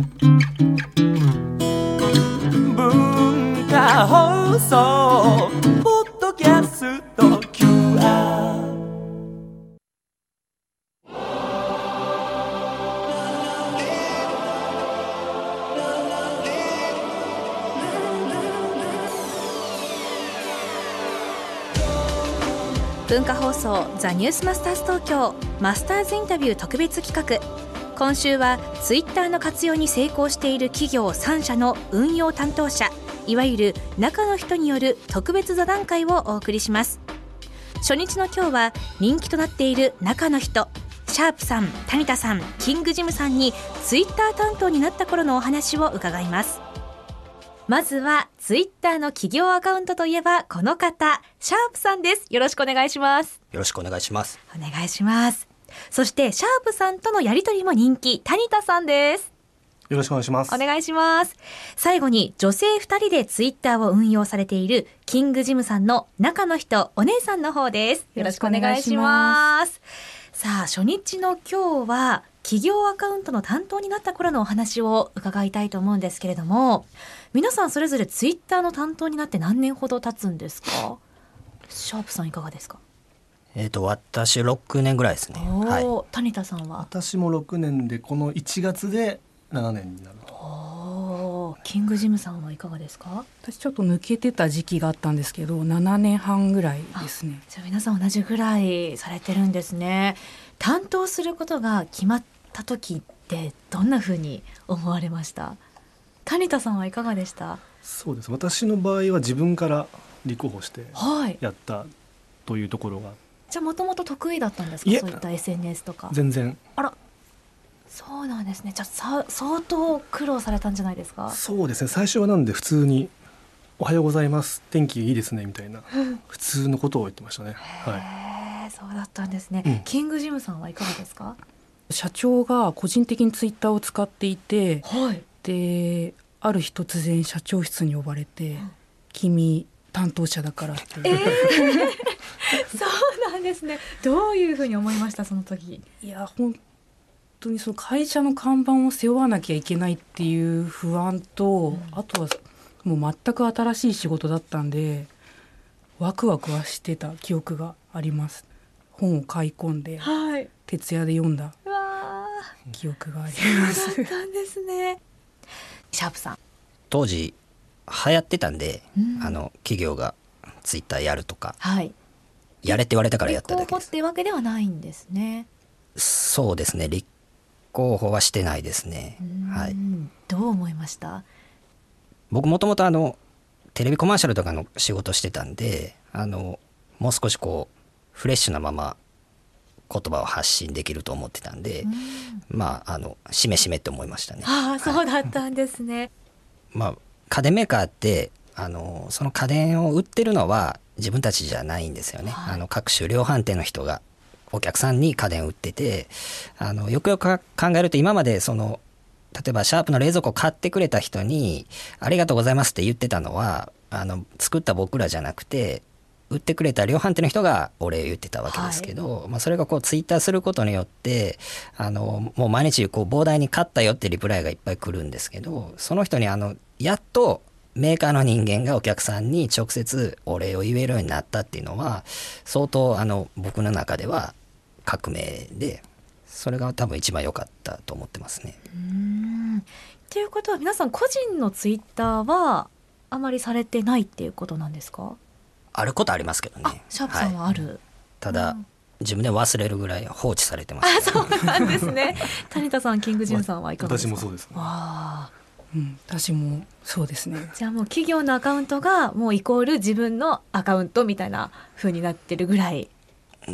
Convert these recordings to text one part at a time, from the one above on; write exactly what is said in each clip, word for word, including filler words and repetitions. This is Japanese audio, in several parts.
文化放送ポッドキャスト キューアール。 文化放送ザニュースマスターズ東京マスターズインタビュー特別企画。今週はツイッターの活用に成功している企業さん社の運用担当者、いわゆる中の人による特別座談会をお送りします。初日の今日は人気となっている中の人、シャープさん、谷田さん、キングジムさんにツイッター担当になった頃のお話を伺います。まずはツイッターの企業アカウントといえばこの方、シャープさんです。よろしくお願いします。 よろしくお願いします。 お願いします。そしてシャープさんとのやりとりも人気、谷田さんです。 よろしくお願いします。 お願いします。最後に女性ふたりでツイッターを運用されているキングジムさんの中の人、お姉さんの方です。よろしくお願いします。さあ、初日の今日は企業アカウントの担当になった頃のお話を伺いたいと思うんですけれども、皆さんそれぞれツイッターの担当になって何年ほど経つんですか？シャープさんいかがですか？ えーと私ろくねんぐらいですね。はい、 谷田さんは？ 私もろくねんで、このいちがつでななねんになると。 お、キングジムさんはいかがですか？ 私ちょっと抜けてた時期があったんですけど、ななねんはんぐらいですね。 じゃあ皆さん同じぐらいされてるんですね。担当することが決まった時ってどんな風に思われました？谷田さんはいかがでした？ そうです。私の場合は自分から立候補してやったというところが、はい、 じゃあもともと得意だったんですか？そういった エスエヌエス とか。 全然。 あら、そうなんですね。じゃあさ相当苦労されたんじゃないですか？ そうですね。最初はなんで普通におはようございます、天気いいですねみたいな、うん、普通のことを言ってましたね。 はい、そうだったんですね、 うん、 キングジムさんはいかがですか？ 社長が個人的にツイッターを使っていて、 はい、 である日突然社長室に呼ばれて、うん、君担当者だからって、 えー、そうなんですね。どういうふうに思いました、その時？ いや本当にその会社の看板を背負わなきゃいけないっていう不安と、うん、あとはもう全く新しい仕事だったんでワクワクはしてた記憶があります。本を買い込んで、はい、徹夜で読んだ記憶があります。 そうだったんですね。シャープさん、 当時流行ってたんで、うん、あの企業がツイッターやるとか、はい、やれって言われたからやっただけです。 立候補ってわけではないんですね。 そうですね、立候補はしてないですね。はい、 どう思いました？ 僕もともとあのテレビコマーシャルとかの仕事してたんで、あのもう少しこうフレッシュなまま言葉を発信できると思ってたんで、うん、まああのしめしめって思いましたね。 ああ、そうだったんですね。はい、 まあ家電メーカーってあのその家電を売ってるのは自分たちじゃないんですよね。はい、あの各種量販店の人がお客さんに家電を売ってて、あのよくよく考えると今までその例えばシャープの冷蔵庫を買ってくれた人にありがとうございますって言ってたのは、あの作った僕らじゃなくて売ってくれた量販店の人がお礼を言ってたわけですけど、はい、まあ、それがこうツイッターすることによってあのもう毎日こう膨大に買ったよってリプライがいっぱい来るんですけど、その人にあのやっとメーカーの人間がお客さんに直接お礼を言えるようになったっていうのは相当あの僕の中では革命で、それが多分一番良かったと思ってますね。 うーん、ということは皆さん個人のツイッターはあまりされてないっていうことなんですか？ あることありますけどね。 あ、シャープさんはある、はい、 ただ、うん、自分で忘れるぐらい放置されてます、ね。 あ、そうなんですね。谷田さん、キングジムさんはいかがですか？ 私もそうです、ね。 わ、うん、私もそうですね。 じゃあもう企業のアカウントがもうイコール自分のアカウントみたいな風になってるぐらい。 うん、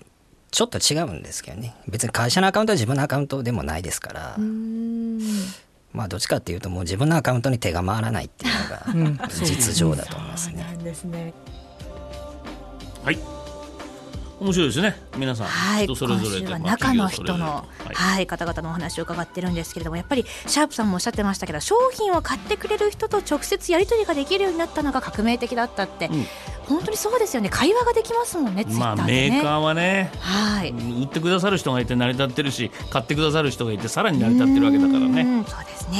ちょっと違うんですけどね。別に会社のアカウントは自分のアカウントでもないですから、うーん、まあどっちかっていうともう自分のアカウントに手が回らないっていうのが実情だと思いますね。 そうなんですね。 はい、面白いですね。皆さん、 はい、 人それぞれで、 今週は中の人の、 はいはい、方々のお話を伺ってるんですけれども、やっぱりシャープさんもおっしゃってましたけど、商品を買ってくれる人と直接やり取りができるようになったのが革命的だったって、うん、本当にそうですよね。会話ができますもんね、ツイッターでね。 まあ、メーカーはね、 はい、 売ってくださる人がいて成り立ってるし、買ってくださる人がいてさらに成り立ってるわけだからね。 そうです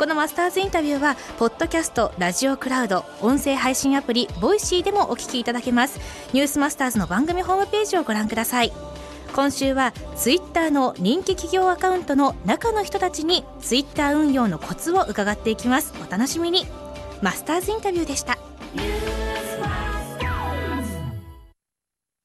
このマスターズインタビューはポッドキャスト、ラジオクラウド、音声配信アプリボイシーでもお聞きいただけます。ニュースマスターズの番組ホームページをご覧ください。今週はツイッターの人気企業アカウントの中の人たちにツイッター運用のコツを伺っていきます。お楽しみに。マスターズインタビューでした。